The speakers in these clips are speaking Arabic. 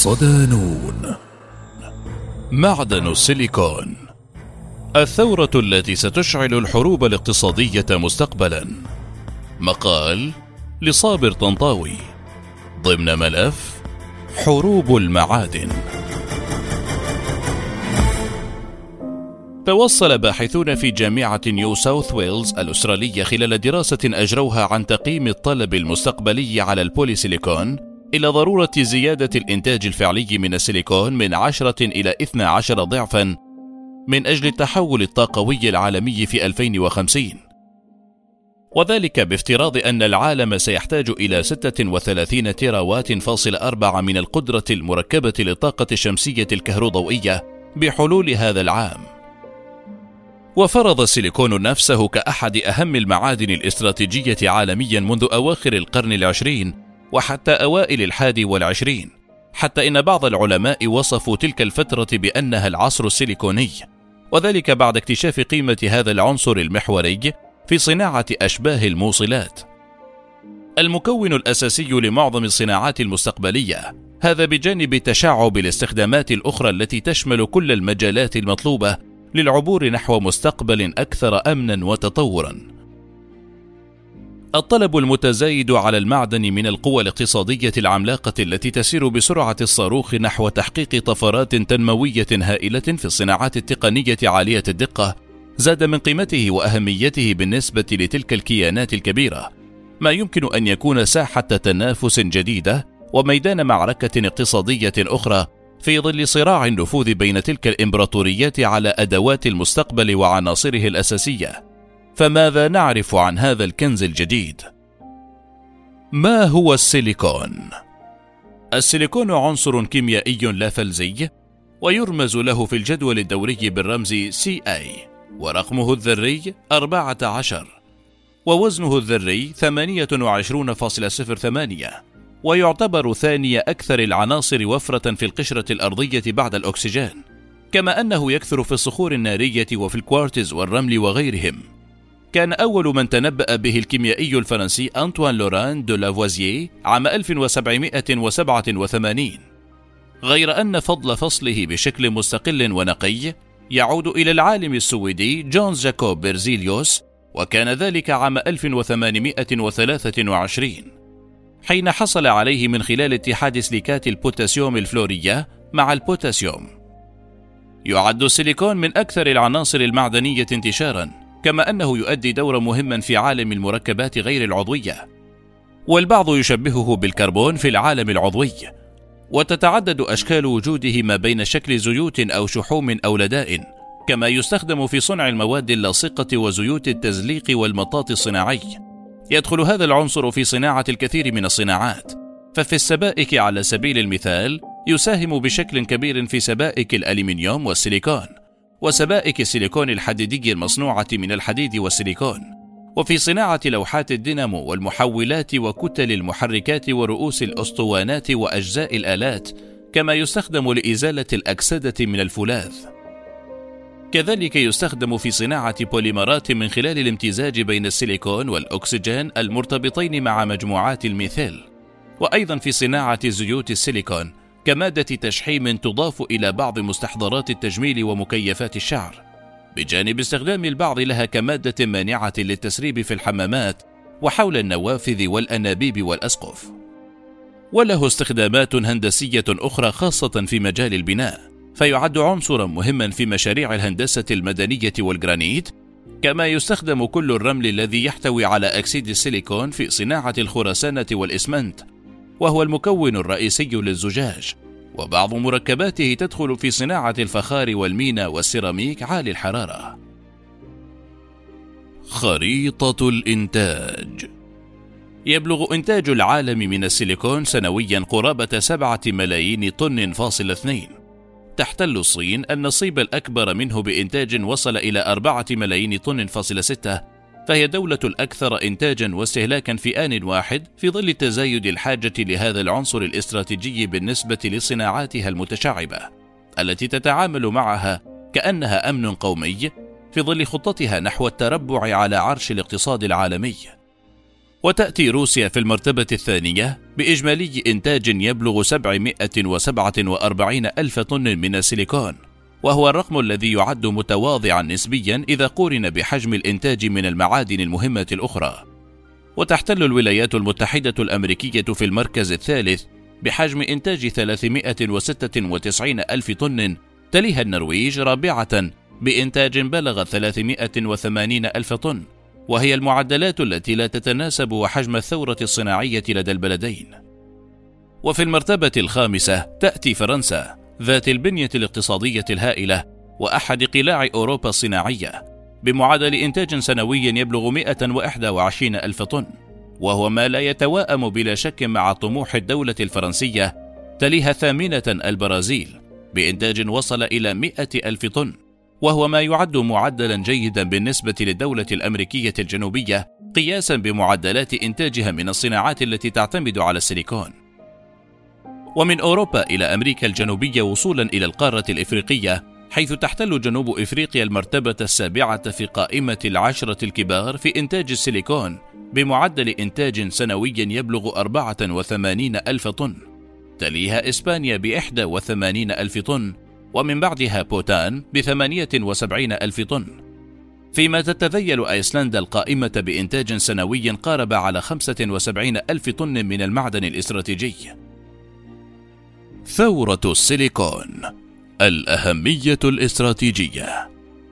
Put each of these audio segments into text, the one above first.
صدانون. معدن السيليكون، الثورة التي ستشعل الحروب الاقتصادية مستقبلا. مقال لصابر طنطاوي ضمن ملف حروب المعادن. توصل باحثون في جامعة نيو ساوث ويلز الأسترالية خلال دراسة أجروها عن تقييم الطلب المستقبلي على البوليسيليكون إلى ضرورة زيادة الإنتاج الفعلي من السيليكون من 10 إلى 12 ضعفا من أجل التحول الطاقوي العالمي في 2050، وذلك بافتراض أن العالم سيحتاج إلى 36 تيراوات.4 من القدرة المركبة للطاقة الشمسية الكهروضوئية بحلول هذا العام. وفرض السيليكون نفسه كأحد أهم المعادن الاستراتيجية عالميا منذ أواخر القرن العشرين وحتى أوائل ال21، حتى إن بعض العلماء وصفوا تلك الفترة بأنها العصر السيليكوني، وذلك بعد اكتشاف قيمة هذا العنصر المحوري في صناعة أشباه الموصلات، المكون الأساسي لمعظم الصناعات المستقبلية، هذا بجانب تشعب الاستخدامات الأخرى التي تشمل كل المجالات المطلوبة للعبور نحو مستقبل أكثر أمنا وتطورا. الطلب المتزايد على المعدن من القوى الاقتصادية العملاقة التي تسير بسرعة الصاروخ نحو تحقيق طفرات تنموية هائلة في الصناعات التقنية عالية الدقة زاد من قيمته وأهميته بالنسبة لتلك الكيانات الكبيرة، ما يمكن أن يكون ساحة تنافس جديدة وميدان معركة اقتصادية أخرى في ظل صراع النفوذ بين تلك الإمبراطوريات على أدوات المستقبل وعناصره الأساسية. فماذا نعرف عن هذا الكنز الجديد؟ ما هو السيليكون؟ السيليكون عنصر كيميائي لا فلزي، ويرمز له في الجدول الدوري بالرمز CA، ورقمه الذري 14، ووزنه الذري 28.08، ويعتبر ثاني أكثر العناصر وفرة في القشرة الأرضية بعد الأكسجين، كما أنه يكثر في الصخور النارية وفي الكوارتز والرمل وغيرهم. كان أول من تنبأ به الكيميائي الفرنسي أنطوان لوران دو لافوازييه عام 1787، غير أن فضل فصله بشكل مستقل ونقي يعود إلى العالم السويدي جونز جاكوب بيرزيليوس، وكان ذلك عام 1823 حين حصل عليه من خلال اتحاد سليكات البوتاسيوم الفلورية مع البوتاسيوم. يعد السيليكون من أكثر العناصر المعدنية انتشارا، كما أنه يؤدي دورا مهما في عالم المركبات غير العضوية، والبعض يشبهه بالكربون في العالم العضوي، وتتعدد أشكال وجوده ما بين شكل زيوت أو شحوم أو لدائن، كما يستخدم في صنع المواد اللاصقة وزيوت التزليق والمطاط الصناعي. يدخل هذا العنصر في صناعة الكثير من الصناعات، ففي السبائك على سبيل المثال يساهم بشكل كبير في سبائك الألمنيوم والسيليكون، وسبائك السيليكون الحديدي المصنوعة من الحديد والسيليكون، وفي صناعة لوحات الدينامو والمحولات وكتل المحركات ورؤوس الأسطوانات وأجزاء الآلات، كما يستخدم لإزالة الأكسدة من الفولاذ. كذلك يستخدم في صناعة بوليمرات من خلال الامتزاج بين السيليكون والأكسجين المرتبطين مع مجموعات الميثيل، وأيضا في صناعة زيوت السيليكون كمادة تشحيم تضاف إلى بعض مستحضرات التجميل ومكيفات الشعر، بجانب استخدام البعض لها كمادة مانعة للتسريب في الحمامات وحول النوافذ والأنابيب والأسقف. وله استخدامات هندسية أخرى خاصة في مجال البناء، فيعد عنصرا مهما في مشاريع الهندسة المدنية والجرانيت، كما يستخدم كل الرمل الذي يحتوي على أكسيد السيليكون في صناعة الخرسانة والإسمنت، وهو المكون الرئيسي للزجاج، وبعض مركباته تدخل في صناعة الفخار والمينا والسيراميك عالي الحرارة. خريطة الإنتاج. يبلغ إنتاج العالم من السيليكون سنويا قرابة 7 ملايين طن.2. تحتل الصين النصيب الأكبر منه بإنتاج وصل إلى 4 ملايين طن.6، فهي دولة الأكثر إنتاجا واستهلاكا في آن واحد في ظل تزايد الحاجة لهذا العنصر الاستراتيجي بالنسبة لصناعاتها المتشعبة التي تتعامل معها كأنها أمن قومي في ظل خطتها نحو التربع على عرش الاقتصاد العالمي. وتأتي روسيا في المرتبة الثانية بإجمالي إنتاج يبلغ 747 ألف طن من السيليكون، وهو الرقم الذي يعد متواضعا نسبيا إذا قورن بحجم الإنتاج من المعادن المهمة الأخرى. وتحتل الولايات المتحدة الأمريكية في المركز الثالث بحجم إنتاج 396 ألف طن، تليها النرويج رابعة بإنتاج بلغ 380 ألف طن، وهي المعدلات التي لا تتناسب وحجم الثورة الصناعية لدى البلدين. وفي المرتبة الخامسة تأتي فرنسا ذات البنية الاقتصادية الهائلة وأحد قلاع أوروبا الصناعية، بمعدل إنتاج سنوي يبلغ 121 ألف طن، وهو ما لا يتواءم بلا شك مع طموح الدولة الفرنسية. تليها ثامنة البرازيل بإنتاج وصل إلى 100 ألف طن، وهو ما يعد معدلا جيدا بالنسبة للدولة الأمريكية الجنوبية قياسا بمعدلات إنتاجها من الصناعات التي تعتمد على السيليكون. ومن أوروبا إلى أمريكا الجنوبية وصولا إلى القارة الإفريقية، حيث تحتل جنوب إفريقيا المرتبة السابعة في قائمة العشرة الكبار في إنتاج السيليكون بمعدل إنتاج سنوي يبلغ 84 ألف طن، تليها إسبانيا ب81 ألف طن، ومن بعدها بوتان ب78 ألف طن، فيما تتذيل أيسلندا القائمة بإنتاج سنوي قارب على 75 ألف طن من المعدن الاستراتيجي. ثورة السيليكون، الأهمية الاستراتيجية.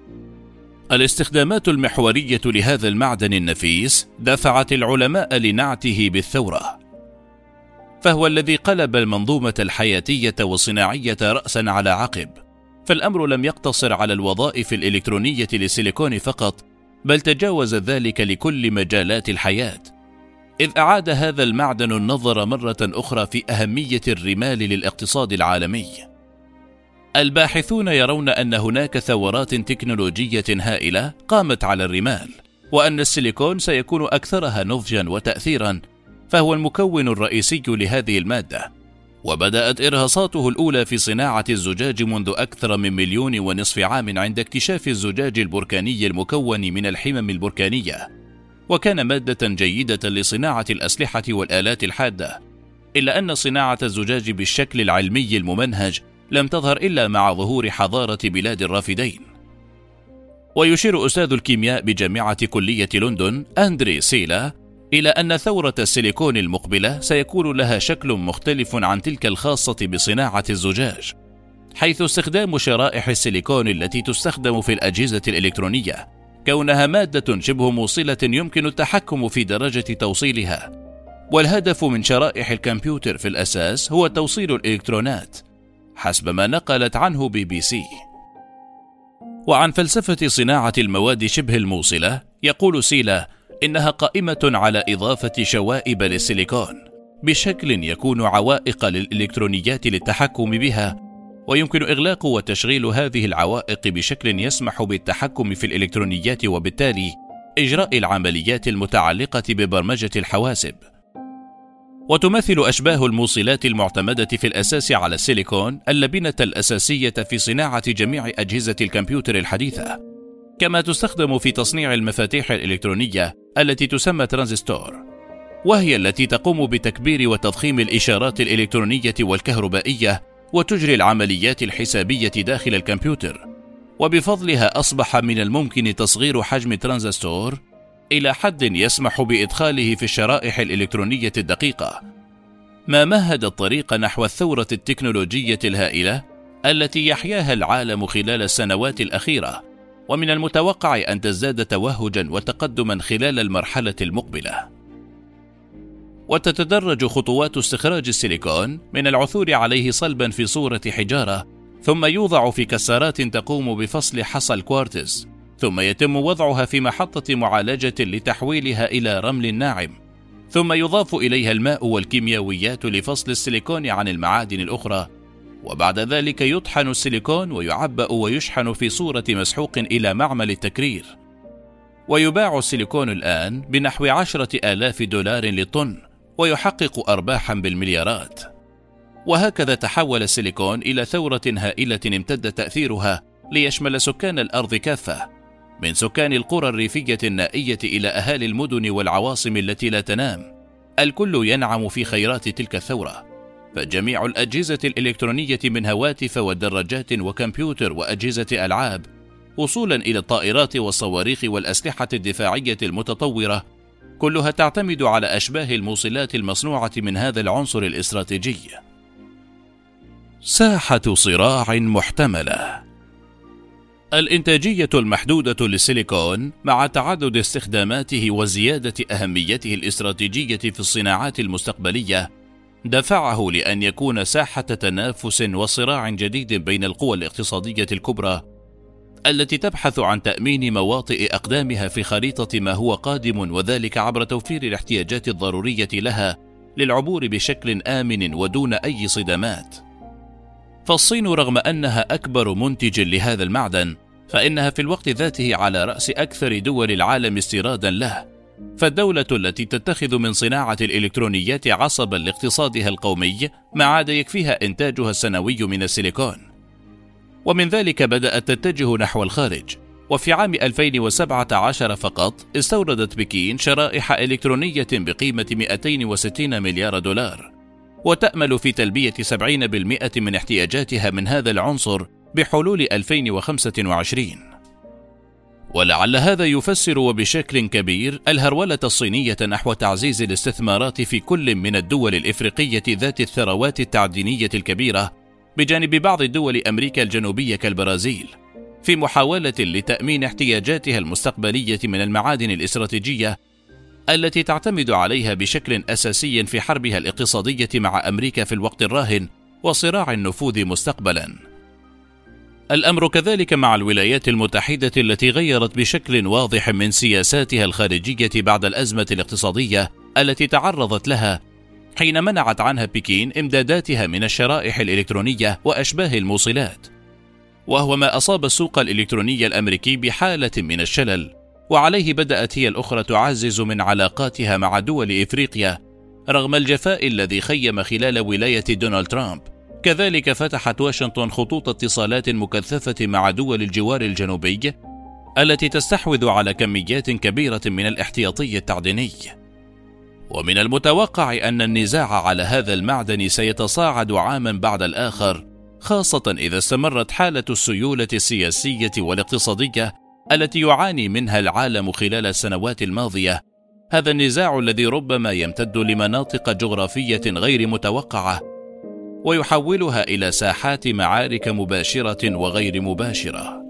الاستخدامات المحورية لهذا المعدن النفيس دفعت العلماء لنعته بالثورة، فهو الذي قلب المنظومة الحياتية والصناعية رأسا على عقب. فالأمر لم يقتصر على الوظائف الإلكترونية للسيليكون فقط، بل تجاوز ذلك لكل مجالات الحياة، إذ أعاد هذا المعدن النظر مرة أخرى في أهمية الرمال للاقتصاد العالمي. الباحثون يرون أن هناك ثورات تكنولوجية هائلة قامت على الرمال، وأن السيليكون سيكون أكثرها نضجا وتأثيرا، فهو المكون الرئيسي لهذه المادة. وبدأت إرهاصاته الأولى في صناعة الزجاج منذ أكثر من 1.5 مليون عام عند اكتشاف الزجاج البركاني المكون من الحمم البركانية، وكان مادة جيدة لصناعة الأسلحة والآلات الحادة، إلا أن صناعة الزجاج بالشكل العلمي الممنهج لم تظهر إلا مع ظهور حضارة بلاد الرافدين. ويشير أستاذ الكيمياء بجامعة كلية لندن أندري سيلا إلى أن ثورة السيليكون المقبلة سيكون لها شكل مختلف عن تلك الخاصة بصناعة الزجاج، حيث استخدام شرائح السيليكون التي تستخدم في الأجهزة الإلكترونية، كونها مادة شبه موصلة يمكن التحكم في درجة توصيلها. والهدف من شرائح الكمبيوتر في الأساس هو توصيل الإلكترونات، حسب ما نقلت عنه BBC. وعن فلسفة صناعة المواد شبه الموصلة يقول سيلا إنها قائمة على إضافة شوائب للسيليكون بشكل يكون عوائق للإلكترونيات للتحكم بها، ويمكن إغلاق وتشغيل هذه العوائق بشكل يسمح بالتحكم في الإلكترونيات وبالتالي إجراء العمليات المتعلقة ببرمجة الحواسب. وتمثل أشباه الموصلات المعتمدة في الأساس على السيليكون اللبنة الأساسية في صناعة جميع أجهزة الكمبيوتر الحديثة، كما تستخدم في تصنيع المفاتيح الإلكترونية التي تسمى ترانزستور، وهي التي تقوم بتكبير وتضخيم الإشارات الإلكترونية والكهربائية وتجري العمليات الحسابية داخل الكمبيوتر. وبفضلها أصبح من الممكن تصغير حجم ترانزستور إلى حد يسمح بإدخاله في الشرائح الإلكترونية الدقيقة، ما مهد الطريق نحو الثورة التكنولوجية الهائلة التي يحياها العالم خلال السنوات الأخيرة، ومن المتوقع أن تزداد توهجا وتقدما خلال المرحلة المقبلة. وتتدرج خطوات استخراج السيليكون من العثور عليه صلبا في صورة حجارة، ثم يوضع في كسارات تقوم بفصل حصى الكوارتز، ثم يتم وضعها في محطة معالجة لتحويلها إلى رمل ناعم، ثم يضاف إليها الماء والكيميائيات لفصل السيليكون عن المعادن الأخرى، وبعد ذلك يطحن السيليكون ويعبأ ويشحن في صورة مسحوق إلى معمل التكرير. ويباع السيليكون الآن بنحو 10,000 دولار للطن، ويحقق أرباحا بالمليارات. وهكذا تحول السيليكون إلى ثورة هائلة امتد تأثيرها ليشمل سكان الأرض كافة، من سكان القرى الريفية النائية إلى أهالي المدن والعواصم التي لا تنام، الكل ينعم في خيرات تلك الثورة. فجميع الأجهزة الإلكترونية من هواتف ودراجات وكمبيوتر وأجهزة ألعاب، وصولا إلى الطائرات والصواريخ والأسلحة الدفاعية المتطورة، كلها تعتمد على أشباه الموصلات المصنوعة من هذا العنصر الاستراتيجي. ساحة صراع محتملة. الإنتاجية المحدودة للسيليكون مع تعدد استخداماته وزيادة أهميته الاستراتيجية في الصناعات المستقبلية دفعه لأن يكون ساحة تنافس وصراع جديد بين القوى الاقتصادية الكبرى التي تبحث عن تأمين مواطئ أقدامها في خريطة ما هو قادم، وذلك عبر توفير الاحتياجات الضرورية لها للعبور بشكل آمن ودون أي صدامات. فالصين رغم أنها أكبر منتج لهذا المعدن، فإنها في الوقت ذاته على رأس أكثر دول العالم استيرادا له، فالدولة التي تتخذ من صناعة الإلكترونيات عصبا لاقتصادها القومي ما عاد يكفيها إنتاجها السنوي من السيليكون، ومن ذلك بدأت تتجه نحو الخارج. وفي عام 2017 فقط استوردت بكين شرائح إلكترونية بقيمة 260 مليار دولار، وتأمل في تلبية 70% من احتياجاتها من هذا العنصر بحلول 2025. ولعل هذا يفسر وبشكل كبير الهرولة الصينية نحو تعزيز الاستثمارات في كل من الدول الإفريقية ذات الثروات التعدينية الكبيرة بجانب بعض دول أمريكا الجنوبية كالبرازيل، في محاولة لتأمين احتياجاتها المستقبلية من المعادن الاستراتيجية التي تعتمد عليها بشكل أساسي في حربها الاقتصادية مع أمريكا في الوقت الراهن وصراع النفوذ مستقبلا. الأمر كذلك مع الولايات المتحدة التي غيرت بشكل واضح من سياساتها الخارجية بعد الأزمة الاقتصادية التي تعرضت لها، حين منعت عنها بكين إمداداتها من الشرائح الإلكترونية وأشباه الموصلات، وهو ما أصاب السوق الإلكتروني الأمريكي بحالة من الشلل. وعليه بدأت هي الأخرى تعزز من علاقاتها مع دول إفريقيا رغم الجفاء الذي خيم خلال ولاية دونالد ترامب. كذلك فتحت واشنطن خطوط اتصالات مكثفة مع دول الجوار الجنوبي التي تستحوذ على كميات كبيرة من الاحتياطي التعديني. ومن المتوقع أن النزاع على هذا المعدن سيتصاعد عاما بعد الآخر، خاصة إذا استمرت حالة السيولة السياسية والاقتصادية التي يعاني منها العالم خلال السنوات الماضية. هذا النزاع الذي ربما يمتد لمناطق جغرافية غير متوقعة ويحولها إلى ساحات معارك مباشرة وغير مباشرة.